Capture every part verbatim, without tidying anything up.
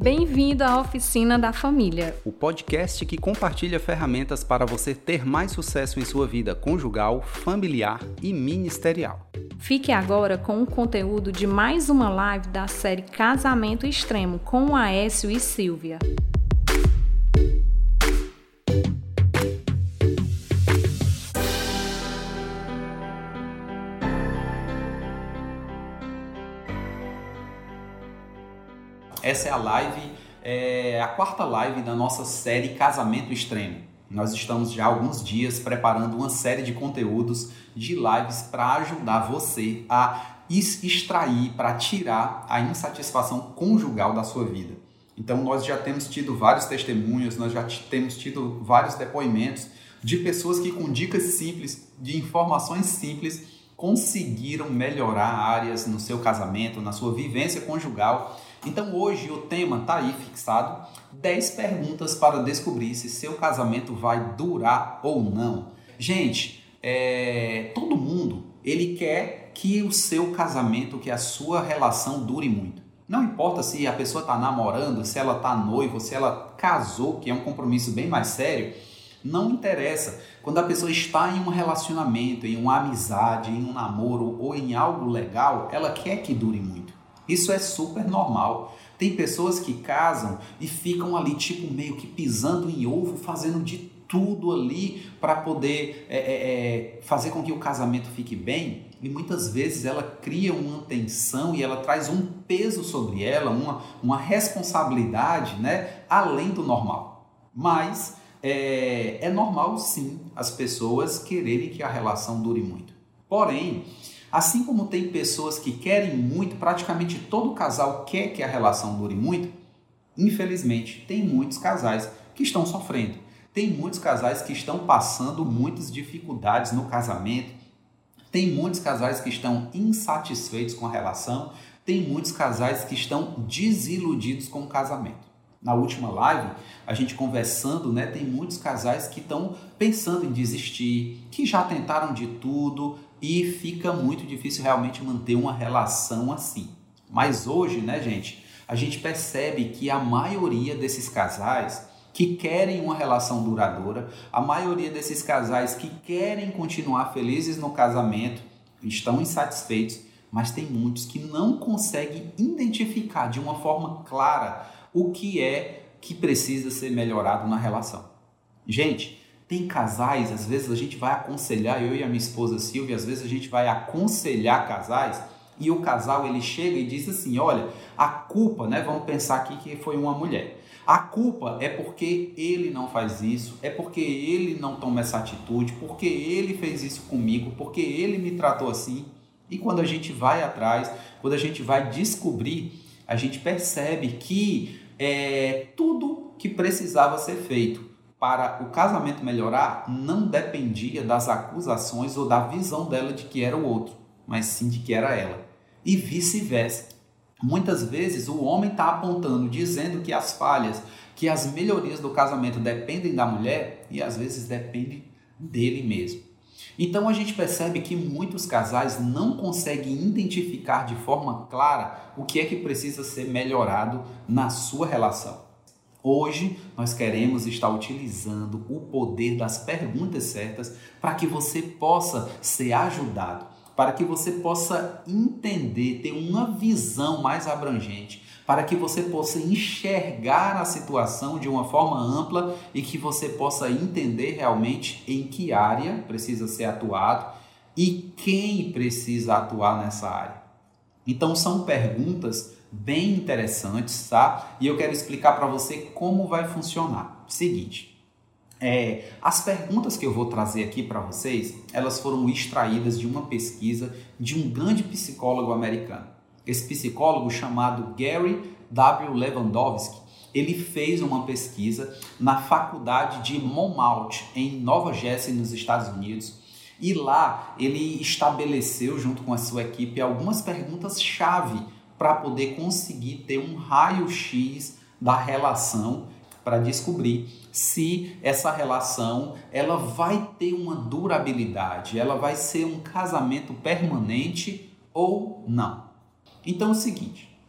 Bem-vindo à Oficina da Família, o podcast que compartilha ferramentas para você ter mais sucesso em sua vida conjugal, familiar e ministerial. Fique agora com o conteúdo de mais uma live da série Casamento Extremo com Aécio e Silvia. Essa é a live, é a quarta live da nossa série Casamento Extremo. Nós estamos já há alguns dias preparando uma série de conteúdos de lives para ajudar você a extrair, para tirar a insatisfação conjugal da sua vida. Então nós já temos tido vários testemunhos, nós já temos tido vários depoimentos de pessoas que com dicas simples, de informações simples, conseguiram melhorar áreas no seu casamento, na sua vivência conjugal. Então hoje o tema está aí fixado, dez perguntas para descobrir se seu casamento vai durar ou não. Gente, é, todo mundo ele quer que o seu casamento, que a sua relação dure muito. Não importa se a pessoa está namorando, se ela está noiva, se ela casou, que é um compromisso bem mais sério, não interessa. Quando a pessoa está em um relacionamento, em uma amizade, em um namoro ou em algo legal, ela quer que dure muito. Isso é super normal. Tem pessoas que casam e ficam ali tipo meio que pisando em ovo, fazendo de tudo ali para poder é, é, fazer com que o casamento fique bem. E muitas vezes ela cria uma tensão e ela traz um peso sobre ela, uma, uma responsabilidade, né, além do normal. Mas é, é normal sim as pessoas quererem que a relação dure muito. Porém, assim como tem pessoas que querem muito, praticamente todo casal quer que a relação dure muito, infelizmente tem muitos casais que estão sofrendo. Tem muitos casais que estão passando muitas dificuldades no casamento. Tem muitos casais que estão insatisfeitos com a relação. Tem muitos casais que estão desiludidos com o casamento. Na última live, a gente conversando, né, tem muitos casais que estão pensando em desistir, que já tentaram de tudo, e fica muito difícil realmente manter uma relação assim. Mas hoje, né, gente, a gente percebe que a maioria desses casais que querem uma relação duradoura, a maioria desses casais que querem continuar felizes no casamento, estão insatisfeitos, mas tem muitos que não conseguem identificar de uma forma clara o que é que precisa ser melhorado na relação. Gente, tem casais, às vezes a gente vai aconselhar, eu e a minha esposa Silvia, às vezes a gente vai aconselhar casais e o casal ele chega e diz assim, olha, a culpa, né, vamos pensar aqui que foi uma mulher, a culpa é porque ele não faz isso, é porque ele não toma essa atitude, porque ele fez isso comigo, porque ele me tratou assim. E quando a gente vai atrás, quando a gente vai descobrir, a gente percebe que é, tudo que precisava ser feito para o casamento melhorar não dependia das acusações ou da visão dela de que era o outro, mas sim de que era ela. E vice-versa. Muitas vezes o homem está apontando, dizendo que as falhas, que as melhorias do casamento dependem da mulher e às vezes dependem dele mesmo. Então a gente percebe que muitos casais não conseguem identificar de forma clara o que é que precisa ser melhorado na sua relação. Hoje nós queremos estar utilizando o poder das perguntas certas para que você possa ser ajudado, para que você possa entender, ter uma visão mais abrangente, para que você possa enxergar a situação de uma forma ampla e que você possa entender realmente em que área precisa ser atuado e quem precisa atuar nessa área. Então são perguntas bem interessantes, tá? E eu quero explicar para você como vai funcionar. Seguinte, é, as perguntas que eu vou trazer aqui para vocês, elas foram extraídas de uma pesquisa de um grande psicólogo americano. Esse psicólogo chamado Gary W. Lewandowski, ele fez uma pesquisa na faculdade de Monmouth, em Nova Jersey, nos Estados Unidos. E lá ele estabeleceu, junto com a sua equipe, algumas perguntas-chave para poder conseguir ter um raio-x da relação para descobrir se essa relação ela vai ter uma durabilidade, ela vai ser um casamento permanente ou não. Então é o seguinte,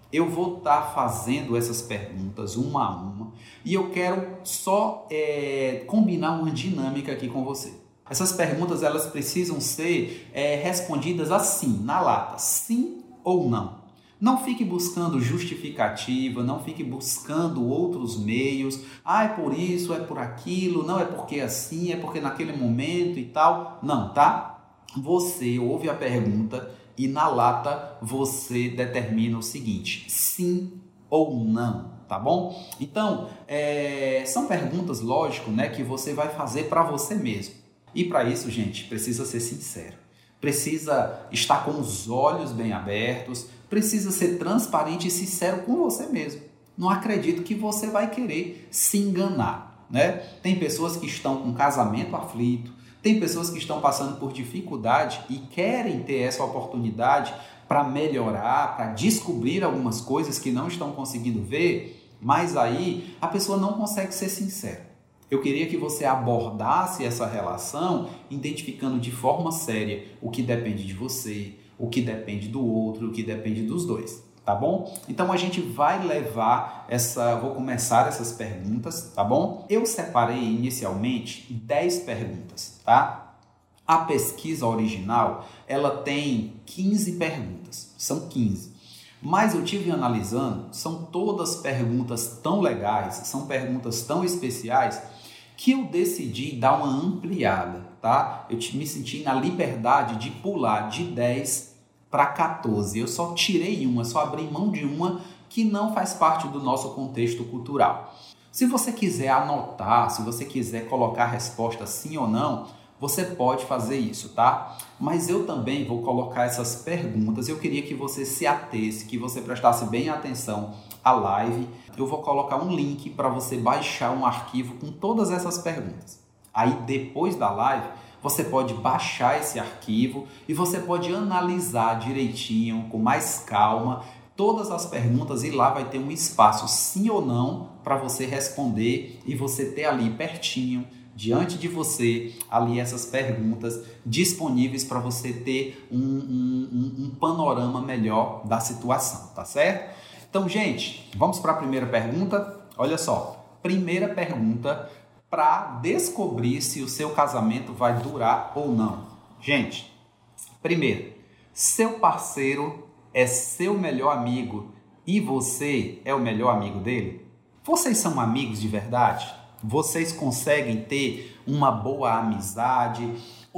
eu vou estar fazendo essas perguntas uma a uma e eu quero só é, combinar uma dinâmica aqui com você. Essas perguntas elas precisam ser é, respondidas assim, na lata, sim ou não. Não fique buscando justificativa, não fique buscando outros meios. Ah, é por isso, é por aquilo, não é porque assim, é porque naquele momento e tal. Não, tá? Você ouve a pergunta e na lata você determina o seguinte, sim ou não, tá bom? Então, é, são perguntas, lógico, né, que você vai fazer para você mesmo. E para isso, gente, precisa ser sincero. Precisa estar com os olhos bem abertos, precisa ser transparente e sincero com você mesmo. Não acredito que você vai querer se enganar, né? Tem pessoas que estão com casamento aflito, tem pessoas que estão passando por dificuldade e querem ter essa oportunidade para melhorar, para descobrir algumas coisas que não estão conseguindo ver, mas aí a pessoa não consegue ser sincera. Eu queria que você abordasse essa relação identificando de forma séria o que depende de você, o que depende do outro, o que depende dos dois, tá bom? Então a gente vai levar essa, vou começar essas perguntas, tá bom? Eu separei inicialmente dez perguntas, tá? A pesquisa original, ela tem quinze perguntas, são quinze. Mas eu tive analisando, são todas perguntas tão legais, são perguntas tão especiais, que eu decidi dar uma ampliada, tá? Eu me senti na liberdade de pular de dez para quatorze. Eu só tirei uma, só abri mão de uma que não faz parte do nosso contexto cultural. Se você quiser anotar, se você quiser colocar a resposta sim ou não, você pode fazer isso, tá? Mas eu também vou colocar essas perguntas. Eu queria que você se atesse, que você prestasse bem atenção à live. Eu vou colocar um link para você baixar um arquivo com todas essas perguntas. Aí depois da live, você pode baixar esse arquivo e você pode analisar direitinho, com mais calma, todas as perguntas e lá vai ter um espaço sim ou não para você responder e você ter ali pertinho, diante de você, ali essas perguntas disponíveis para você ter um, um, um, um panorama melhor da situação, tá certo? Então, gente, vamos para a primeira pergunta. Olha só, primeira pergunta para descobrir se o seu casamento vai durar ou não. Gente, primeiro, seu parceiro é seu melhor amigo e você é o melhor amigo dele? Vocês são amigos de verdade? Vocês conseguem ter uma boa amizade?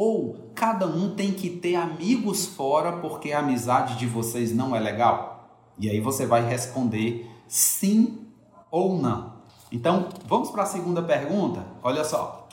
Ou cada um tem que ter amigos fora porque a amizade de vocês não é legal? E aí você vai responder sim ou não. Então, vamos para a segunda pergunta? Olha só.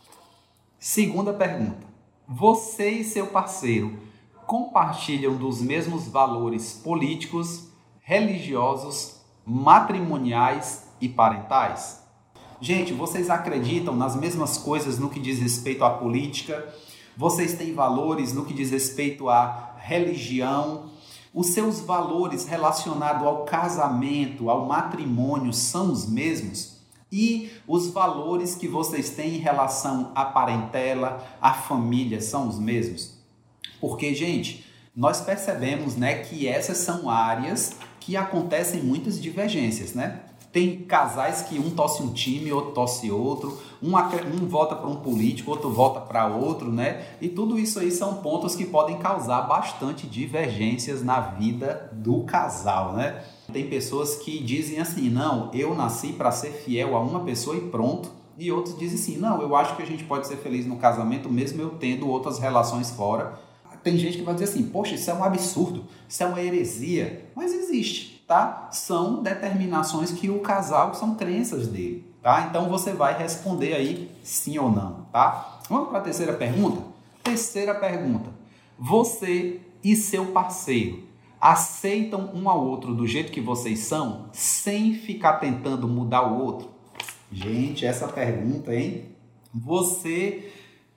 Segunda pergunta. Você e seu parceiro compartilham dos mesmos valores políticos, religiosos, matrimoniais e parentais? Gente, vocês acreditam nas mesmas coisas no que diz respeito à política? Vocês têm valores no que diz respeito à religião? Os seus valores relacionados ao casamento, ao matrimônio, são os mesmos? E os valores que vocês têm em relação à parentela, à família, são os mesmos? Porque, gente, nós percebemos, né, que essas são áreas que acontecem muitas divergências, né? Tem casais que um torce um time, outro torce outro, um, um vota para um político, outro vota para outro, né? E tudo isso aí são pontos que podem causar bastante divergências na vida do casal, né? Tem pessoas que dizem assim, não, eu nasci para ser fiel a uma pessoa e pronto. E outros dizem assim, não, eu acho que a gente pode ser feliz no casamento mesmo eu tendo outras relações fora. Tem gente que vai dizer assim, poxa, isso é um absurdo, isso é uma heresia, mas existe. Tá? São determinações que o casal, são crenças dele, tá? Então você vai responder aí sim ou não, tá? Vamos para a terceira pergunta? Terceira pergunta. Você e seu parceiro aceitam um ao outro do jeito que vocês são, sem ficar tentando mudar o outro? Gente, essa pergunta, hein? Você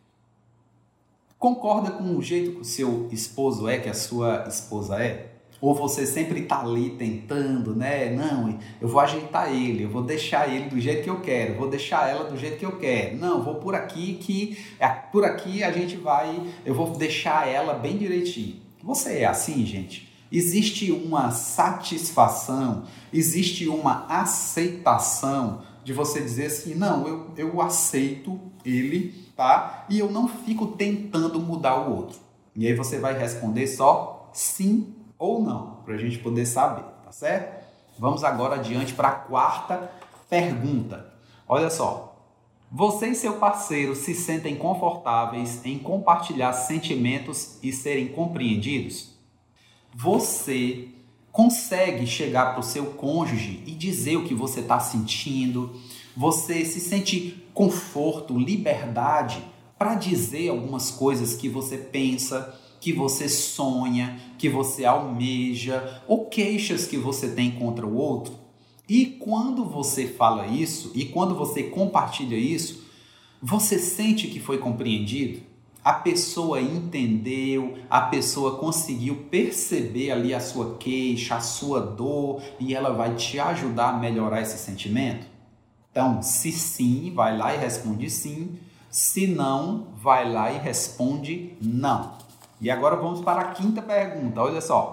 concorda com o jeito que o seu esposo é, que a sua esposa é? Ou você sempre está ali tentando, né? Não, eu vou ajeitar ele, eu vou deixar ele do jeito que eu quero, vou deixar ela do jeito que eu quero. Não, vou por aqui que por aqui a gente vai, eu vou deixar ela bem direitinho. Você é assim, gente? Existe uma satisfação, existe uma aceitação de você dizer assim, não, eu, eu aceito ele, tá? E eu não fico tentando mudar o outro. E aí você vai responder só sim ou não, para a gente poder saber, tá certo? Vamos agora adiante para a quarta pergunta. Olha só. Você e seu parceiro se sentem confortáveis em compartilhar sentimentos e serem compreendidos? Você consegue chegar para o seu cônjuge e dizer o que você está sentindo? Você se sente conforto, liberdade para dizer algumas coisas que você pensa, que você sonha, que você almeja, ou queixas que você tem contra o outro? E quando você fala isso, e quando você compartilha isso, você sente que foi compreendido? A pessoa entendeu, a pessoa conseguiu perceber ali a sua queixa, a sua dor, e ela vai te ajudar a melhorar esse sentimento? Então, se sim, vai lá e responde sim. Se não, vai lá e responde não. E agora vamos para a quinta pergunta, olha só.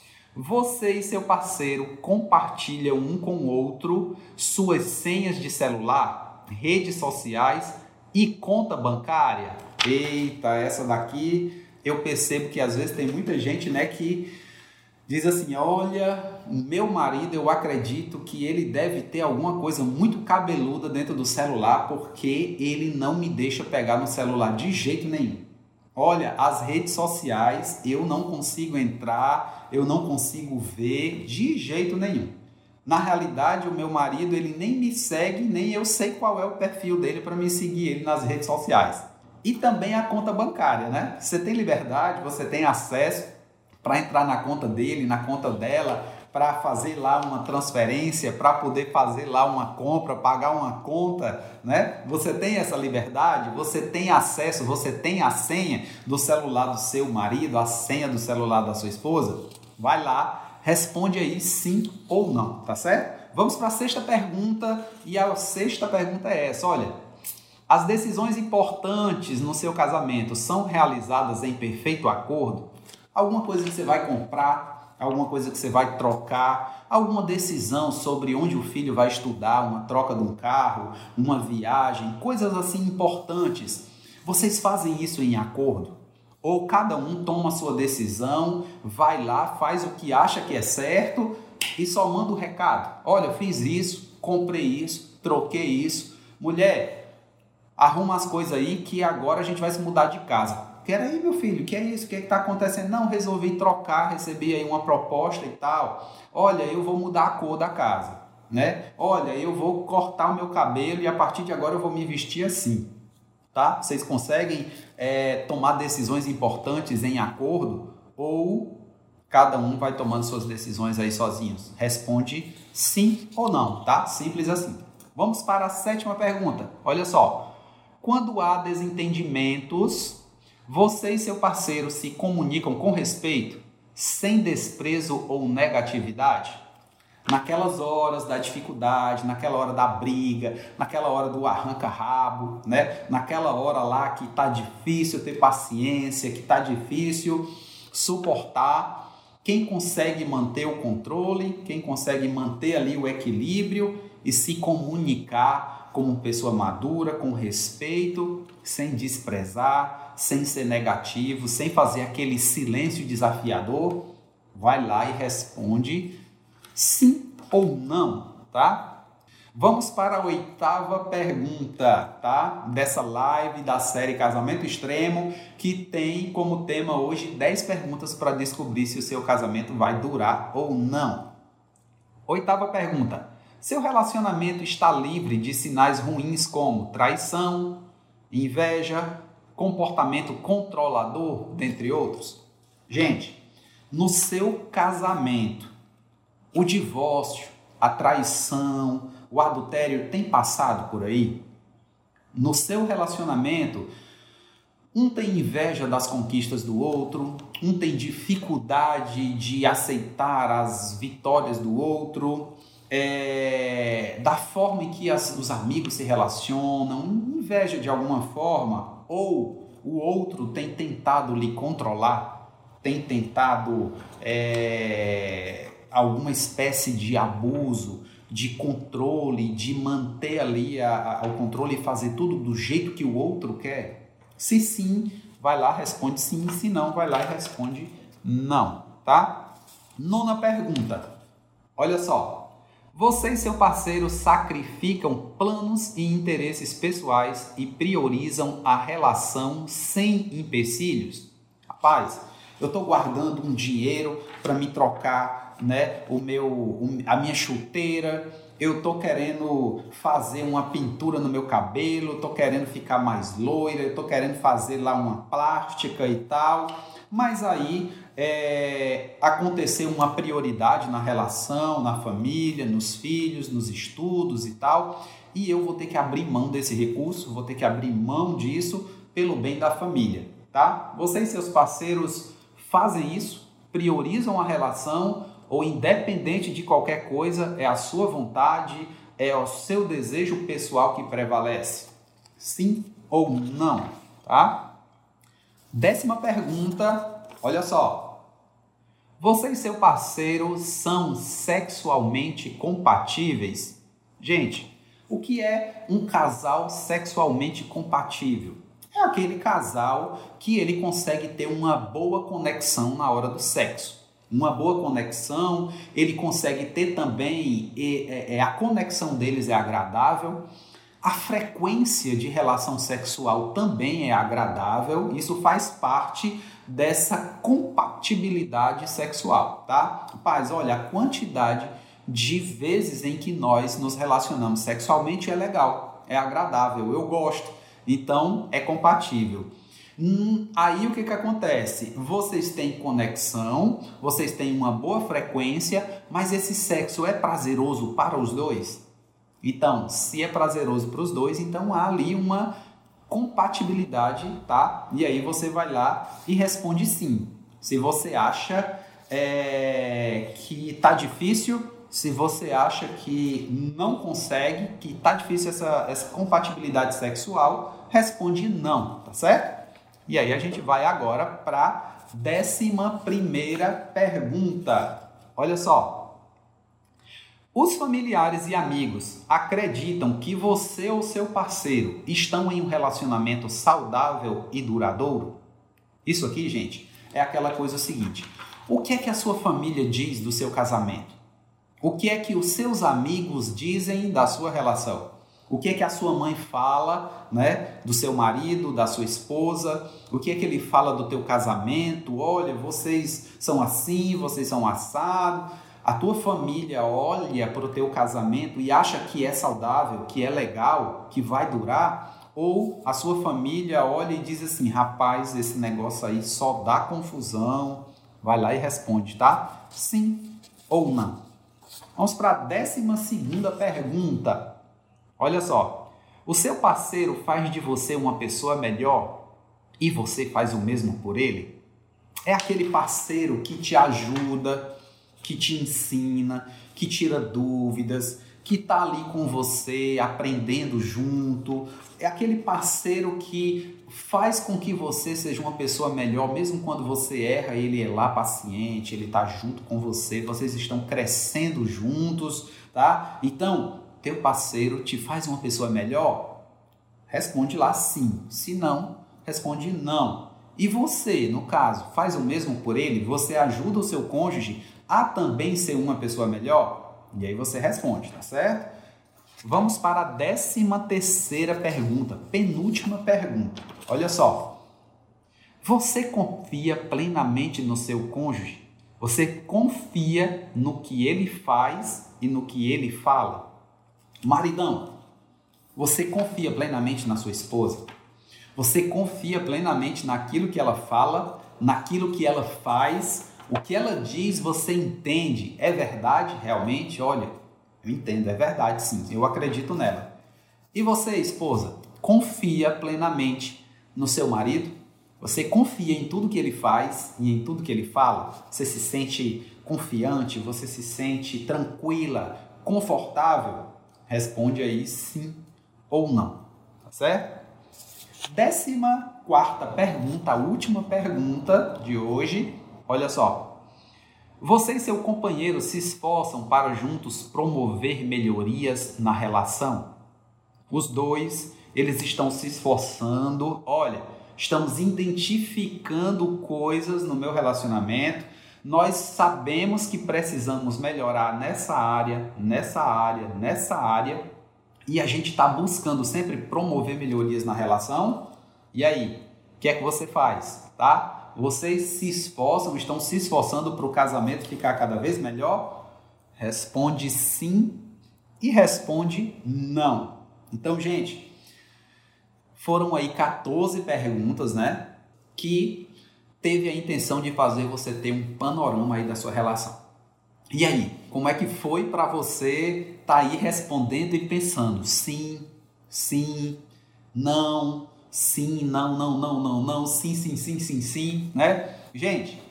Você e seu parceiro compartilham um com o outro suas senhas de celular, redes sociais e conta bancária? Eita, essa daqui eu percebo que às vezes tem muita gente, né, que diz assim, olha, o meu marido, eu acredito que ele deve ter alguma coisa muito cabeluda dentro do celular porque ele não me deixa pegar no celular de jeito nenhum. Olha, as redes sociais eu não consigo entrar, eu não consigo ver de jeito nenhum. Na realidade, o meu marido, ele nem me segue, nem eu sei qual é o perfil dele para me seguir ele nas redes sociais. E também a conta bancária, né? Você tem liberdade, você tem acesso para entrar na conta dele, na conta dela, para fazer lá uma transferência, para poder fazer lá uma compra, pagar uma conta, né? Você tem essa liberdade, você tem acesso, você tem a senha do celular do seu marido, a senha do celular da sua esposa? Vai lá, responde aí sim ou não, tá certo? Vamos para a sexta pergunta, e a sexta pergunta é essa, olha, as decisões importantes no seu casamento são realizadas em perfeito acordo? Alguma coisa que você vai comprar, alguma coisa que você vai trocar, alguma decisão sobre onde o filho vai estudar, uma troca de um carro, uma viagem, coisas assim importantes. Vocês fazem isso em acordo? Ou cada um toma a sua decisão, vai lá, faz o que acha que é certo e só manda o recado? Olha, fiz isso, comprei isso, troquei isso. Mulher, arruma as coisas aí que agora a gente vai se mudar de casa. Peraí, meu filho, o que é isso? O que é que está acontecendo? Não, resolvi trocar, recebi aí uma proposta e tal. Olha, eu vou mudar a cor da casa, né? Olha, eu vou cortar o meu cabelo e a partir de agora eu vou me vestir assim, tá? Vocês conseguem é, tomar decisões importantes em acordo ou cada um vai tomando suas decisões aí sozinhos? Responde sim ou não, tá? Simples assim. Vamos para a sétima pergunta. Olha só. Quando há desentendimentos, você e seu parceiro se comunicam com respeito, sem desprezo ou negatividade? Naquelas horas da dificuldade, naquela hora da briga, naquela hora do arranca-rabo, né? Naquela hora lá que tá difícil ter paciência, que tá difícil suportar, quem consegue manter o controle, quem consegue manter ali o equilíbrio e se comunicar como pessoa madura, com respeito, sem desprezar, sem ser negativo, sem fazer aquele silêncio desafiador, vai lá e responde sim ou não, tá? Vamos para a oitava pergunta, tá? Dessa live da série Casamento Extremo, que tem como tema hoje dez perguntas para descobrir se o seu casamento vai durar ou não. Oitava pergunta. Seu relacionamento está livre de sinais ruins como traição, inveja, comportamento controlador, dentre outros? Gente, no seu casamento, o divórcio, a traição, o adultério tem passado por aí? No seu relacionamento, um tem inveja das conquistas do outro, um tem dificuldade de aceitar as vitórias do outro, É, da forma em que as, os amigos se relacionam, inveja de alguma forma, ou o outro tem tentado lhe controlar? tem tentado é, alguma espécie de abuso, de controle, de manter ali a, a, o controle e fazer tudo do jeito que o outro quer? Se sim, vai lá, responde sim. Se não, vai lá e responde não, tá? Nona pergunta. Olha só. Você e seu parceiro sacrificam planos e interesses pessoais e priorizam a relação sem empecilhos? Rapaz, eu estou guardando um dinheiro para me trocar, né, o meu, a minha chuteira, eu estou querendo fazer uma pintura no meu cabelo, estou querendo ficar mais loira, estou querendo fazer lá uma plástica e tal, mas aí é, aconteceu uma prioridade na relação, na família, nos filhos, nos estudos e tal, e eu vou ter que abrir mão desse recurso, vou ter que abrir mão disso pelo bem da família, tá? Você e seus parceiros fazem isso, priorizam a relação, ou independente de qualquer coisa, é a sua vontade, é o seu desejo pessoal que prevalece? Sim ou não, tá? Décima pergunta, olha só. Você e seu parceiro são sexualmente compatíveis? Gente, o que é um casal sexualmente compatível? É aquele casal que ele consegue ter uma boa conexão na hora do sexo. Uma boa conexão, ele consegue ter também, é, é, a conexão deles é agradável, a frequência de relação sexual também é agradável, isso faz parte dessa compatibilidade sexual, tá? Rapaz, olha, a quantidade de vezes em que nós nos relacionamos sexualmente é legal, é agradável, eu gosto, então é compatível. Hum, aí o que que acontece? Vocês têm conexão, vocês têm uma boa frequência, mas esse sexo é prazeroso para os dois? Então, se é prazeroso para os dois, então há ali uma compatibilidade, tá? E aí você vai lá e responde sim. Se você acha é, que tá difícil, se você acha que não consegue, que tá difícil essa, essa compatibilidade sexual, responde não, tá certo? E aí a gente vai agora para a décima primeira pergunta. Olha só. Os familiares e amigos acreditam que você ou seu parceiro estão em um relacionamento saudável e duradouro? Isso aqui, gente, é aquela coisa seguinte. O que é que a sua família diz do seu casamento? O que é que os seus amigos dizem da sua relação? O que é que a sua mãe fala, né, do seu marido, da sua esposa? O que é que ele fala do teu casamento? Olha, vocês são assim, vocês são assado. A tua família olha para o teu casamento e acha que é saudável, que é legal, que vai durar? Ou a sua família olha e diz assim, rapaz, esse negócio aí só dá confusão. Vai lá e responde, tá? Sim ou não? Vamos para a décima segunda pergunta. Olha só, o seu parceiro faz de você uma pessoa melhor e você faz o mesmo por ele? É aquele parceiro que te ajuda, que te ensina, que tira dúvidas, que está ali com você, aprendendo junto. É aquele parceiro que faz com que você seja uma pessoa melhor, mesmo quando você erra, ele é lá paciente, ele está junto com você, vocês estão crescendo juntos, tá? Então, teu parceiro te faz uma pessoa melhor? Responde lá sim. Se não, responde não. E você, no caso, faz o mesmo por ele? Você ajuda o seu cônjuge a também ser uma pessoa melhor? E aí você responde, tá certo? Vamos para a décima terceira pergunta, penúltima pergunta. Olha só. Você confia plenamente no seu cônjuge? Você confia no que ele faz e no que ele fala? Maridão, você confia plenamente na sua esposa? Você confia plenamente naquilo que ela fala, naquilo que ela faz? O que ela diz, você entende? É verdade realmente? Olha, eu entendo, é verdade sim, eu acredito nela. E você, esposa, confia plenamente no seu marido? Você confia em tudo que ele faz e em tudo que ele fala? Você se sente confiante? Você se sente tranquila, confortável? Responde aí sim ou não, tá certo? Décima quarta pergunta, a última pergunta de hoje. olha só. Você e seu companheiro se esforçam para juntos promover melhorias na relação? Os dois, eles estão se esforçando, olha, estamos identificando coisas no meu relacionamento, nós sabemos que precisamos melhorar nessa área, nessa área, nessa área, e a gente está buscando sempre promover melhorias na relação. E aí, o que é que você faz, tá? Vocês se esforçam, estão se esforçando para o casamento ficar cada vez melhor? Responde sim e responde não. Então, gente, foram aí quatorze perguntas, né? Que teve a intenção de fazer você ter um panorama aí da sua relação. E aí, como é que foi para você estar tá aí respondendo e pensando sim, sim, não, sim, não, não, não, não, não, sim, sim, sim, sim, sim, né? Gente,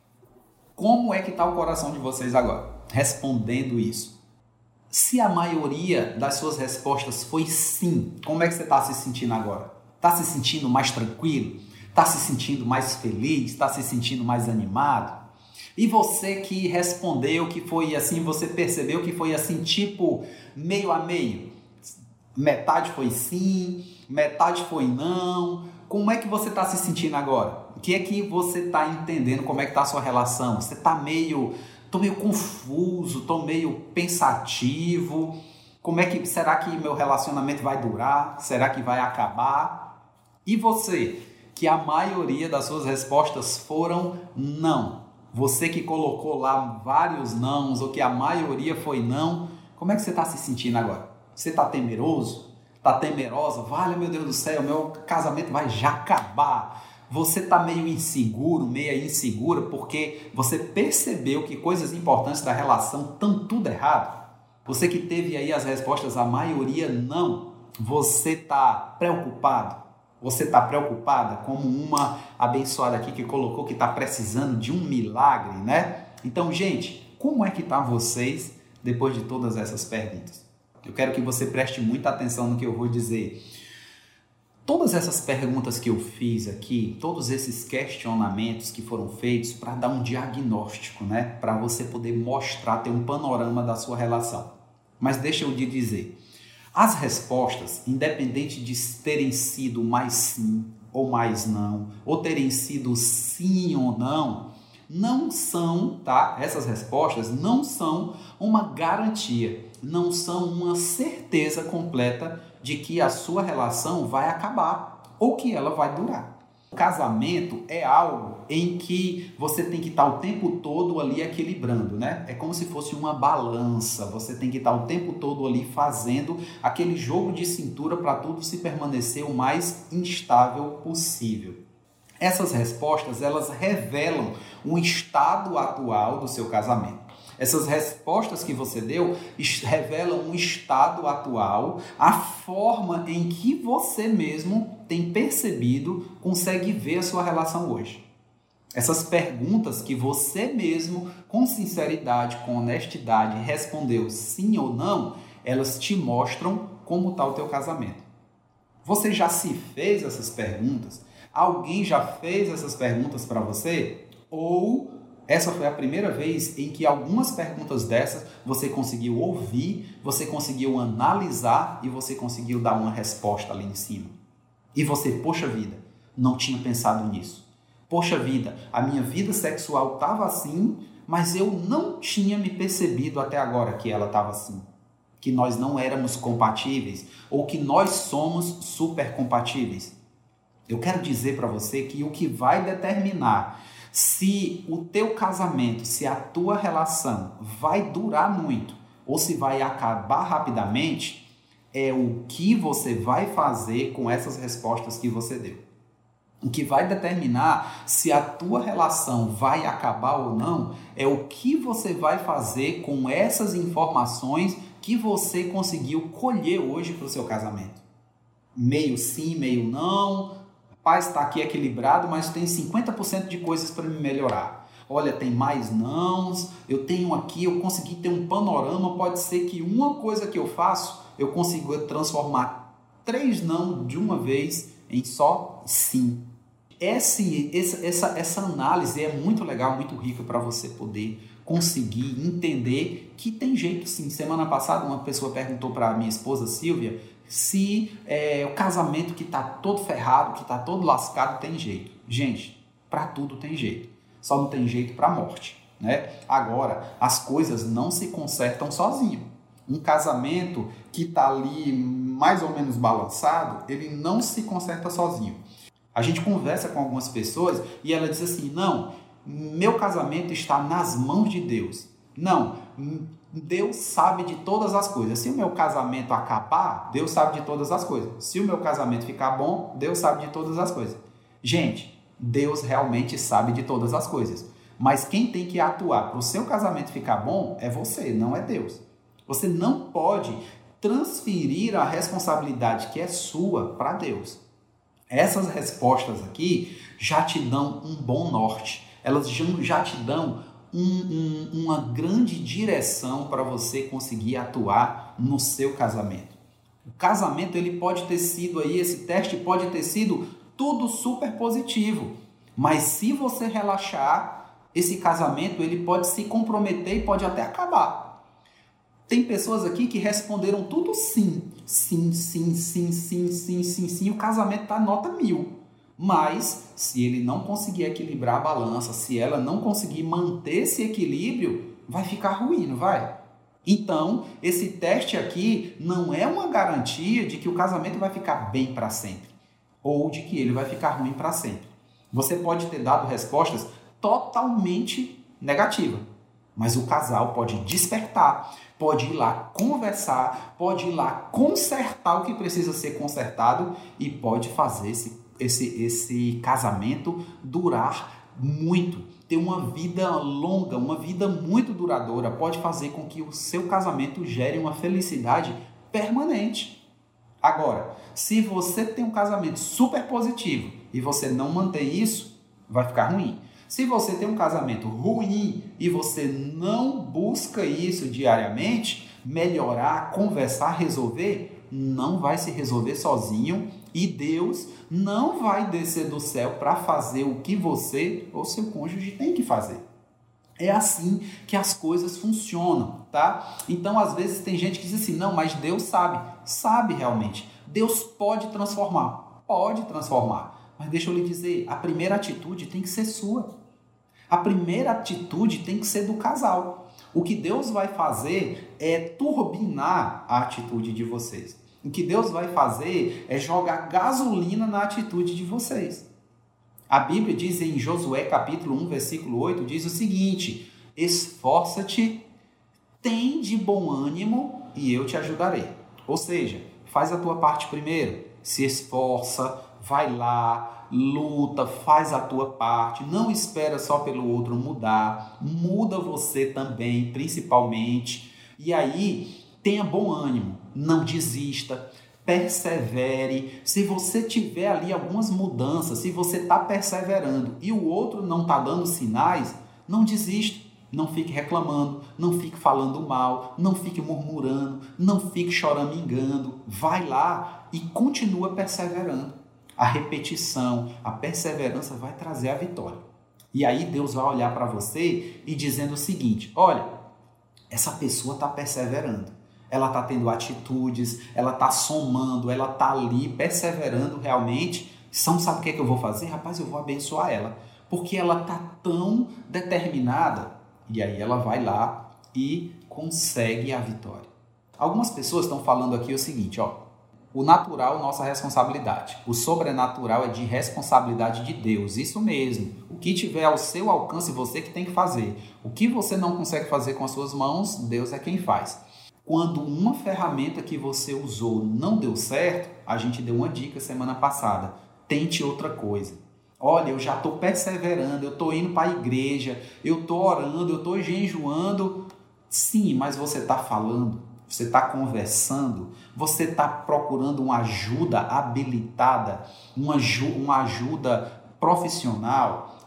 como é que está o coração de vocês agora? Respondendo isso. Se a maioria das suas respostas foi sim, como é que você está se sentindo agora? Está se sentindo mais tranquilo? Está se sentindo mais feliz? Está se sentindo mais animado? E você que respondeu que foi assim, você percebeu que foi assim, tipo, meio a meio? Metade foi sim, metade foi não. Como é que você está se sentindo agora? O que é que você está entendendo? Como é que está a sua relação? Você está meio... Estou meio confuso, estou meio pensativo. Como é que... Será que meu relacionamento vai durar? Será que vai acabar? E você, que a maioria das suas respostas foram não. Você que colocou lá vários nãos, ou que a maioria foi não, como é que você está se sentindo agora? Você está temeroso? Está temerosa? Vale, meu Deus do céu, meu casamento vai já acabar. Você está meio inseguro, meia insegura, porque você percebeu que coisas importantes da relação estão tudo errado? Você que teve aí as respostas, a maioria não, você está preocupado? Você está preocupada como uma abençoada aqui que colocou que está precisando de um milagre, né? Então, gente, como é que estão vocês depois de todas essas perguntas? Eu quero que você preste muita atenção no que eu vou dizer. Todas essas perguntas que eu fiz aqui, todos esses questionamentos que foram feitos para dar um diagnóstico, né? Para você poder mostrar, ter um panorama da sua relação. Mas deixa eu te dizer, as respostas, independente de terem sido mais sim ou mais não, ou terem sido sim ou não, não são, tá? Essas respostas não são uma garantia, não são uma certeza completa de que a sua relação vai acabar ou que ela vai durar. O casamento é algo em que você tem que estar o tempo todo ali equilibrando, né? É como se fosse uma balança, você tem que estar o tempo todo ali fazendo aquele jogo de cintura para tudo se permanecer o mais instável possível. Essas respostas, elas revelam um estado atual do seu casamento. Essas respostas que você deu revelam um estado atual, a forma em que você mesmo tem percebido, consegue ver a sua relação hoje. Essas perguntas que você mesmo, com sinceridade, com honestidade, respondeu sim ou não, elas te mostram como está o teu casamento. Você já se fez essas perguntas? Alguém já fez essas perguntas para você? Ou essa foi a primeira vez em que algumas perguntas dessas você conseguiu ouvir, você conseguiu analisar e você conseguiu dar uma resposta ali em cima? E você, poxa vida, não tinha pensado nisso. Poxa vida, a minha vida sexual estava assim, mas eu não tinha me percebido até agora que ela estava assim. Que nós não éramos compatíveis ou que nós somos super compatíveis. Eu quero dizer para você que o que vai determinar se o teu casamento, se a tua relação vai durar muito ou se vai acabar rapidamente, é o que você vai fazer com essas respostas que você deu. O que vai determinar se a tua relação vai acabar ou não é o que você vai fazer com essas informações que você conseguiu colher hoje para o seu casamento. Meio sim, meio não. Paz, está aqui equilibrado, mas tem cinquenta por cento de coisas para me melhorar. Olha, tem mais nãos, eu tenho aqui, eu consegui ter um panorama, pode ser que uma coisa que eu faço, eu consiga transformar três não de uma vez em só sim. esse, essa, essa, essa análise é muito legal, muito rica para você poder conseguir entender que tem jeito sim. Semana passada uma pessoa perguntou para a minha esposa Silvia se é, o casamento que está todo ferrado, que está todo lascado, tem jeito. Gente, para tudo tem jeito. Só não tem jeito para a morte, né? Agora, as coisas não se consertam sozinho. Um casamento que está ali mais ou menos balançado, ele não se conserta sozinho. A gente conversa com algumas pessoas e ela diz assim, não, meu casamento está nas mãos de Deus. Não, Deus sabe de todas as coisas. Se o meu casamento acabar, Deus sabe de todas as coisas. Se o meu casamento ficar bom, Deus sabe de todas as coisas. Gente, Deus realmente sabe de todas as coisas. Mas quem tem que atuar para o seu casamento ficar bom é você, não é Deus. Você não pode transferir a responsabilidade que é sua para Deus. Essas respostas aqui já te dão um bom norte. Elas já te dão um, um, uma grande direção para você conseguir atuar no seu casamento. O casamento, ele pode ter sido aí, esse teste pode ter sido tudo super positivo. Mas se você relaxar, esse casamento ele pode se comprometer e pode até acabar. Tem pessoas aqui que responderam tudo sim. Sim, sim, sim, sim, sim, sim, sim. O casamento está nota mil. Mas, se ele não conseguir equilibrar a balança, se ela não conseguir manter esse equilíbrio, vai ficar ruim, não vai? Então, esse teste aqui não é uma garantia de que o casamento vai ficar bem para sempre. Ou de que ele vai ficar ruim para sempre. Você pode ter dado respostas totalmente negativas. Mas o casal pode despertar, pode ir lá conversar, pode ir lá consertar o que precisa ser consertado e pode fazer esse, esse, esse casamento durar muito, ter uma vida longa, uma vida muito duradoura, pode fazer com que o seu casamento gere uma felicidade permanente. Agora, se você tem um casamento super positivo e você não mantém isso, vai ficar ruim. Se você tem um casamento ruim e você não busca isso diariamente, melhorar, conversar, resolver, não vai se resolver sozinho e Deus não vai descer do céu para fazer o que você ou seu cônjuge tem que fazer. É assim que as coisas funcionam, tá? Então, às vezes, tem gente que diz assim, não, mas Deus sabe. Sabe realmente. Deus pode transformar. Pode transformar. Mas deixa eu lhe dizer, a primeira atitude tem que ser sua. A primeira atitude tem que ser do casal. O que Deus vai fazer é turbinar a atitude de vocês. O que Deus vai fazer é jogar gasolina na atitude de vocês. A Bíblia diz em Josué capítulo um, versículo oito, diz o seguinte, esforça-te, tem de bom ânimo e eu te ajudarei. Ou seja, faz a tua parte primeiro, se esforça, vai lá, luta, faz a tua parte, não espera só pelo outro mudar, muda você também, principalmente, e aí tenha bom ânimo, não desista, persevere. Se você tiver ali algumas mudanças, se você está perseverando e o outro não está dando sinais, não desista, não fique reclamando, não fique falando mal, não fique murmurando, não fique choramingando, vai lá e continua perseverando. A repetição, a perseverança vai trazer a vitória. E aí Deus vai olhar para você e dizendo o seguinte, olha, essa pessoa está perseverando, ela está tendo atitudes, ela está somando, ela está ali perseverando realmente. Então, sabe o que é que eu vou fazer? Rapaz, eu vou abençoar ela, porque ela está tão determinada. E aí ela vai lá e consegue a vitória. Algumas pessoas estão falando aqui o seguinte, ó, o natural é nossa responsabilidade. O sobrenatural é de responsabilidade de Deus. Isso mesmo. O que tiver ao seu alcance, você que tem que fazer. O que você não consegue fazer com as suas mãos, Deus é quem faz. Quando uma ferramenta que você usou não deu certo, a gente deu uma dica semana passada. Tente outra coisa. Olha, eu já estou perseverando, eu estou indo para a igreja, eu estou orando, eu estou jejuando. Sim, mas você está falando. Você está conversando, você está procurando uma ajuda habilitada, uma, uma ajuda profissional,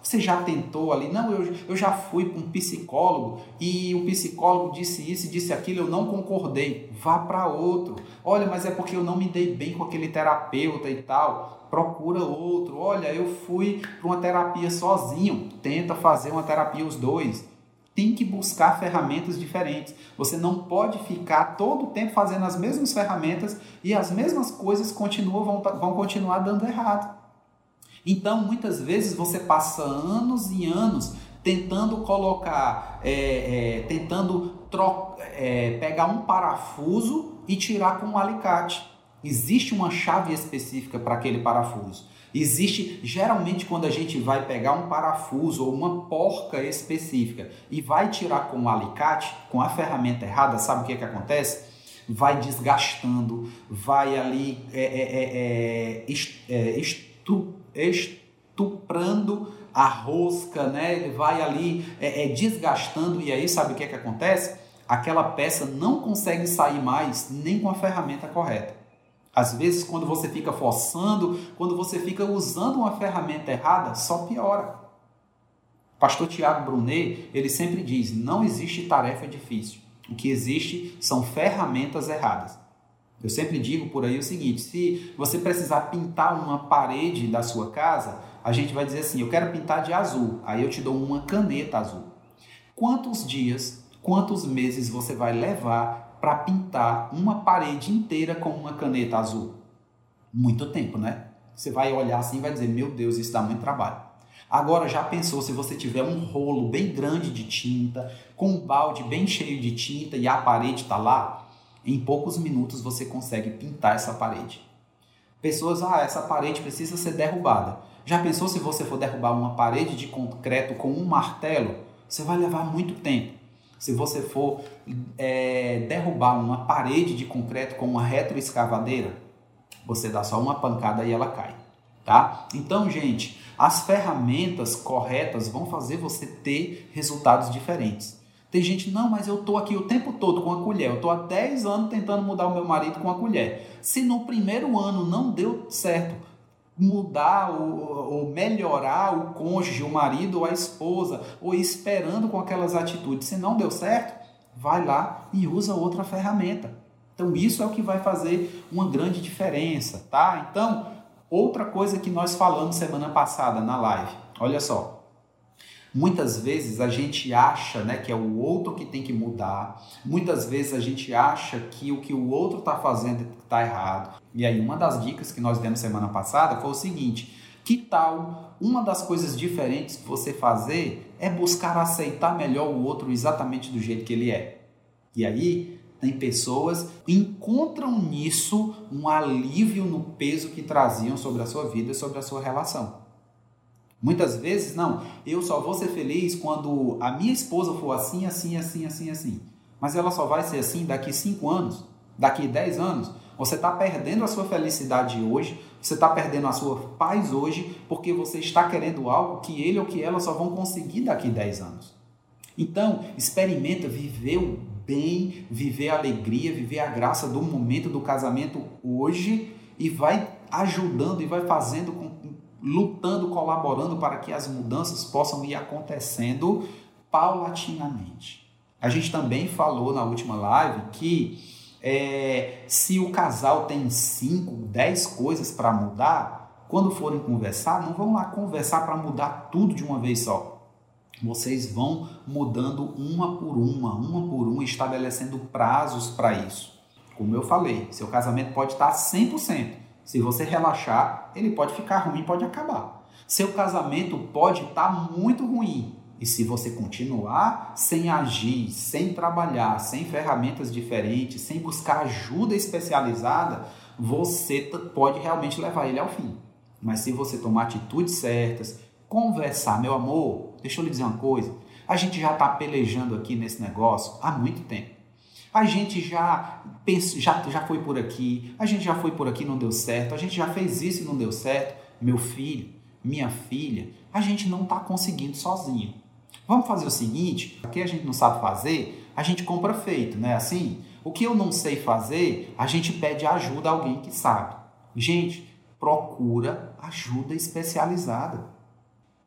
Você já tentou ali? Não, eu, eu já fui para um psicólogo e o psicólogo disse isso e disse aquilo, eu não concordei. Vá para outro. Olha, mas é porque eu não me dei bem com aquele terapeuta e tal. Procura outro. Olha, eu fui para uma terapia sozinho. Tenta fazer uma terapia os dois. Tem que buscar ferramentas diferentes. Você não pode ficar todo o tempo fazendo as mesmas ferramentas e as mesmas coisas continuam, vão, vão continuar dando errado. Então, muitas vezes, você passa anos e anos tentando colocar, é, é, tentando tro- é, pegar um parafuso e tirar com um alicate. Existe uma chave específica para aquele parafuso. Existe, geralmente, quando a gente vai pegar um parafuso ou uma porca específica e vai tirar com um alicate, com a ferramenta errada, sabe o que, que acontece? Vai desgastando, vai ali é, é, é, est, é, estu, estuprando a rosca, né? Ele vai ali é, é, desgastando e aí sabe o que, que acontece? Aquela peça não consegue sair mais nem com a ferramenta correta. Às vezes, quando você fica forçando, quando você fica usando uma ferramenta errada, só piora. Pastor Tiago Brunet, ele sempre diz, não existe tarefa difícil. O que existe são ferramentas erradas. Eu sempre digo por aí o seguinte, se você precisar pintar uma parede da sua casa, a gente vai dizer assim, eu quero pintar de azul, aí eu te dou uma caneta azul. Quantos dias, quantos meses você vai levar para pintar uma parede inteira com uma caneta azul? Muito tempo, né? Você vai olhar assim e vai dizer, meu Deus, isso dá muito trabalho. Agora, já pensou se você tiver um rolo bem grande de tinta, com um balde bem cheio de tinta e a parede está lá? Em poucos minutos você consegue pintar essa parede. Pessoas, ah, essa parede precisa ser derrubada. Já pensou se você for derrubar uma parede de concreto com um martelo? Você vai levar muito tempo. Se você for é, derrubar uma parede de concreto com uma retroescavadeira, você dá só uma pancada e ela cai. Tá? Então, gente, as ferramentas corretas vão fazer você ter resultados diferentes. Tem gente, não, mas eu estou aqui o tempo todo com a colher. Eu estou há dez anos tentando mudar o meu marido com a colher. Se no primeiro ano não deu certo mudar ou, ou melhorar o cônjuge, o marido ou a esposa, ou esperando com aquelas atitudes, se não deu certo, vai lá e usa outra ferramenta. Então, isso é o que vai fazer uma grande diferença, tá? Então, outra coisa que nós falamos semana passada na live, olha só. Muitas vezes a gente acha, né, que é o outro que tem que mudar. Muitas vezes a gente acha que o que o outro está fazendo está errado. E aí uma das dicas que nós demos semana passada foi o seguinte, que tal uma das coisas diferentes que você fazer é buscar aceitar melhor o outro exatamente do jeito que ele é. E aí tem pessoas que encontram nisso um alívio no peso que traziam sobre a sua vida e sobre a sua relação. Muitas vezes, não, eu só vou ser feliz quando a minha esposa for assim, assim, assim, assim, assim. Mas ela só vai ser assim daqui cinco anos, daqui dez anos. Você está perdendo a sua felicidade hoje, você está perdendo a sua paz hoje, porque você está querendo algo que ele ou que ela só vão conseguir daqui dez anos. Então, experimenta viver o bem, viver a alegria, viver a graça do momento do casamento hoje e vai ajudando e vai fazendo com lutando, colaborando para que as mudanças possam ir acontecendo paulatinamente. A gente também falou na última live que é, se o casal tem cinco, dez coisas para mudar, quando forem conversar, não vão lá conversar para mudar tudo de uma vez só. Vocês vão mudando uma por uma, uma por uma, estabelecendo prazos para isso. Como eu falei, seu casamento pode estar cem por cento. Se você relaxar, ele pode ficar ruim, pode acabar. Seu casamento pode estar muito ruim. E se você continuar sem agir, sem trabalhar, sem ferramentas diferentes, sem buscar ajuda especializada, você pode realmente levar ele ao fim. Mas se você tomar atitudes certas, conversar, meu amor, deixa eu lhe dizer uma coisa, a gente já está pelejando aqui nesse negócio há muito tempo. A gente já, pensa, já, já foi por aqui, a gente já foi por aqui e não deu certo, a gente já fez isso e não deu certo. Meu filho, minha filha, a gente não está conseguindo sozinho. Vamos fazer o seguinte, o que a gente não sabe fazer, a gente compra feito, né? Assim, o que eu não sei fazer, a gente pede ajuda a alguém que sabe. Gente, procura ajuda especializada.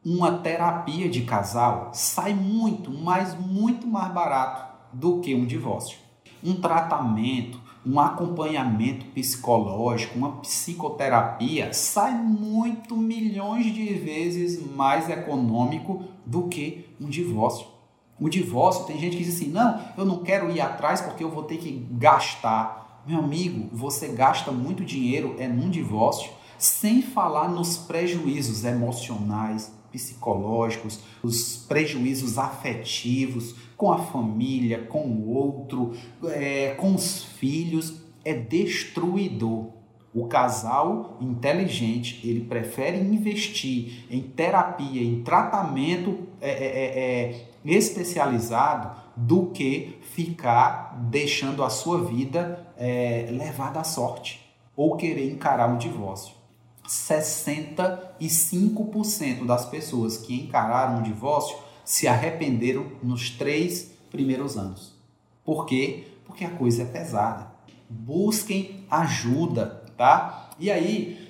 uma terapia de casal sai muito, mas muito mais barato do que um divórcio. Um tratamento, um acompanhamento psicológico, uma psicoterapia sai muito, milhões de vezes mais econômico do que um divórcio. O divórcio, tem gente que diz assim, não, eu não quero ir atrás porque eu vou ter que gastar. Meu amigo, você gasta muito dinheiro é num divórcio, sem falar nos prejuízos emocionais, psicológicos, os prejuízos afetivos com a família, com o outro, é, com os filhos. É destruidor. O casal inteligente, ele prefere investir em terapia, em tratamento é, é, é, especializado do que ficar deixando a sua vida é, levada à sorte ou querer encarar um divórcio. sessenta e cinco por cento das pessoas que encararam um divórcio se arrependeram nos três primeiros anos. Por quê? Porque a coisa é pesada. Busquem ajuda, tá? E aí,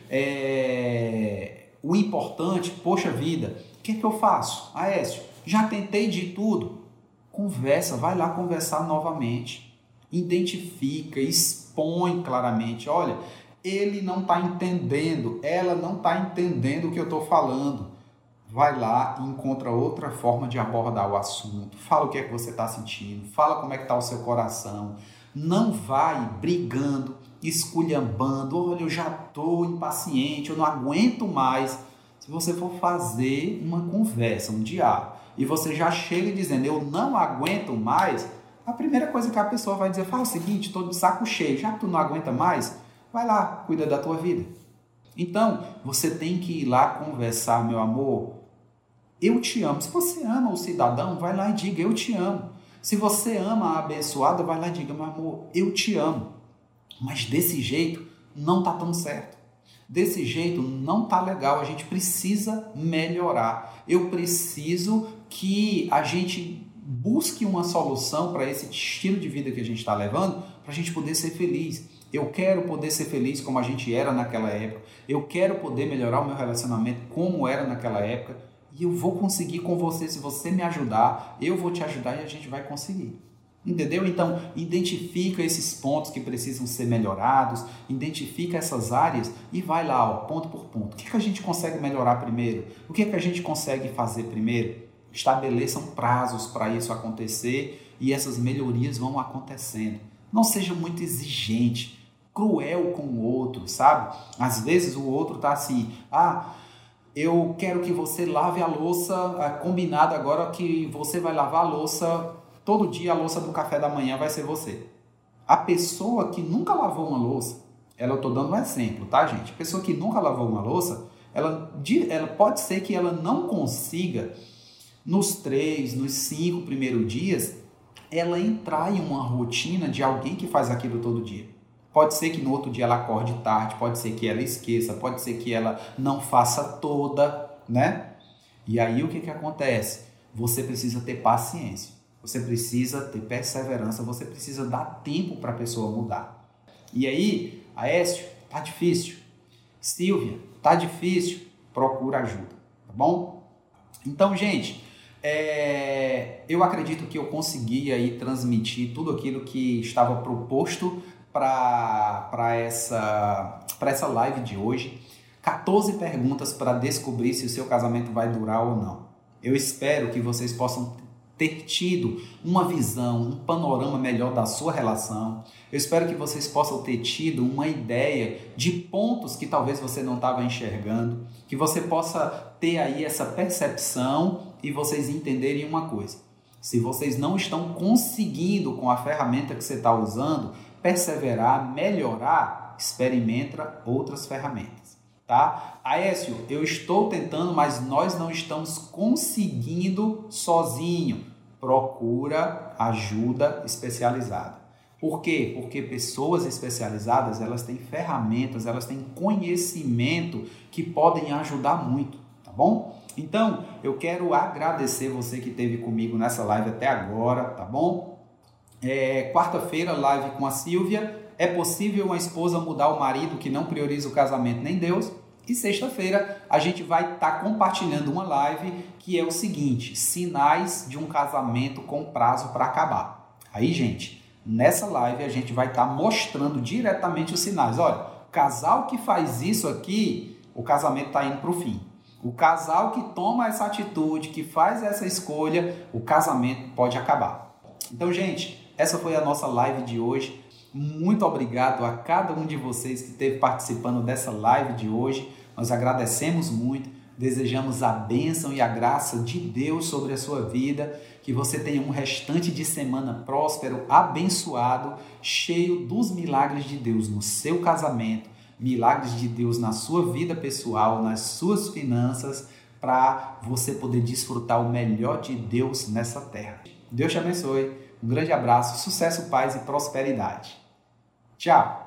é... o importante, poxa vida, o que é que eu faço? Aécio, já tentei de tudo. Conversa, vai lá conversar novamente. Identifica, expõe claramente. Olha, ele não está entendendo, ela não está entendendo o que eu estou falando. Vai lá e encontra outra forma de abordar o assunto. Fala o que é que você está sentindo, fala como é que está o seu coração. Não vai brigando, esculhambando, olha, eu já estou impaciente, eu não aguento mais. Se você for fazer uma conversa, um diálogo, e você já chega dizendo, eu não aguento mais, a primeira coisa que a pessoa vai dizer, fala o seguinte, estou de saco cheio, já que tu não aguenta mais, vai lá, cuida da tua vida. Então, você tem que ir lá conversar, meu amor, eu te amo. Se você ama o cidadão, vai lá e diga, eu te amo. Se você ama a abençoada, vai lá e diga, meu amor, eu te amo. Mas desse jeito, não tá tão certo. Desse jeito, não tá legal. A gente precisa melhorar. Eu preciso que a gente busque uma solução para esse estilo de vida que a gente está levando, para a gente poder ser feliz. Eu quero poder ser feliz como a gente era naquela época. Eu quero poder melhorar o meu relacionamento como era naquela época. E eu vou conseguir com você, se você me ajudar, eu vou te ajudar e a gente vai conseguir. Entendeu? Então, identifica esses pontos que precisam ser melhorados, identifica essas áreas e vai lá, ó, ponto por ponto. O que, que a gente consegue melhorar primeiro? O que, que a gente consegue fazer primeiro? Estabeleçam prazos para isso acontecer e essas melhorias vão acontecendo. Não seja muito exigente, cruel com o outro, sabe? Às vezes o outro tá assim, ah, eu quero que você lave a louça, combinado agora que você vai lavar a louça, todo dia a louça do café da manhã vai ser você. A pessoa que nunca lavou uma louça, ela, eu estou dando um exemplo, tá, gente? A pessoa que nunca lavou uma louça, ela, ela pode ser que ela não consiga, nos três, nos cinco primeiros dias, ela entrar em uma rotina de alguém que faz aquilo todo dia. Pode ser que no outro dia ela acorde tarde, pode ser que ela esqueça, pode ser que ela não faça toda, né? E aí o que que acontece? Você precisa ter paciência, você precisa ter perseverança, você precisa dar tempo para a pessoa mudar. E aí, Aécio, tá difícil. Silvia, tá difícil. Procura ajuda, tá bom? Então, gente, é... eu acredito que eu consegui aí transmitir tudo aquilo que estava proposto para essa, para essa live de hoje. quatorze perguntas para descobrir se o seu casamento vai durar ou não. Eu espero que vocês possam ter tido uma visão, um panorama melhor da sua relação. Eu espero que vocês possam ter tido uma ideia de pontos que talvez você não estava enxergando, que você possa ter aí essa percepção e vocês entenderem uma coisa. Se vocês não estão conseguindo com a ferramenta que você está usando, perseverar, melhorar, experimenta outras ferramentas, tá? Aécio, eu estou tentando, mas nós não estamos conseguindo sozinho. Procura ajuda especializada. Por quê? Porque pessoas especializadas, elas têm ferramentas, elas têm conhecimento que podem ajudar muito, tá bom? Então, eu quero agradecer você que esteve comigo nessa live até agora, tá bom? É, quarta-feira, live com a Silvia. É possível uma esposa mudar o marido que não prioriza o casamento nem Deus? E sexta-feira a gente vai estar tá compartilhando uma live que é o seguinte: sinais de um casamento com prazo para acabar. Aí, gente, nessa live a gente vai estar tá mostrando diretamente os sinais. Olha, o casal que faz isso aqui, o casamento está indo para o fim. O casal que toma essa atitude, que faz essa escolha, o casamento pode acabar. Então, gente, essa foi a nossa live de hoje. Muito obrigado a cada um de vocês que esteve participando dessa live de hoje. Nós agradecemos muito, desejamos a bênção e a graça de Deus sobre a sua vida, que você tenha um restante de semana próspero, abençoado, cheio dos milagres de Deus no seu casamento, milagres de Deus na sua vida pessoal, nas suas finanças, para você poder desfrutar o melhor de Deus nessa terra. Deus te abençoe, um grande abraço, sucesso, paz e prosperidade. Tchau!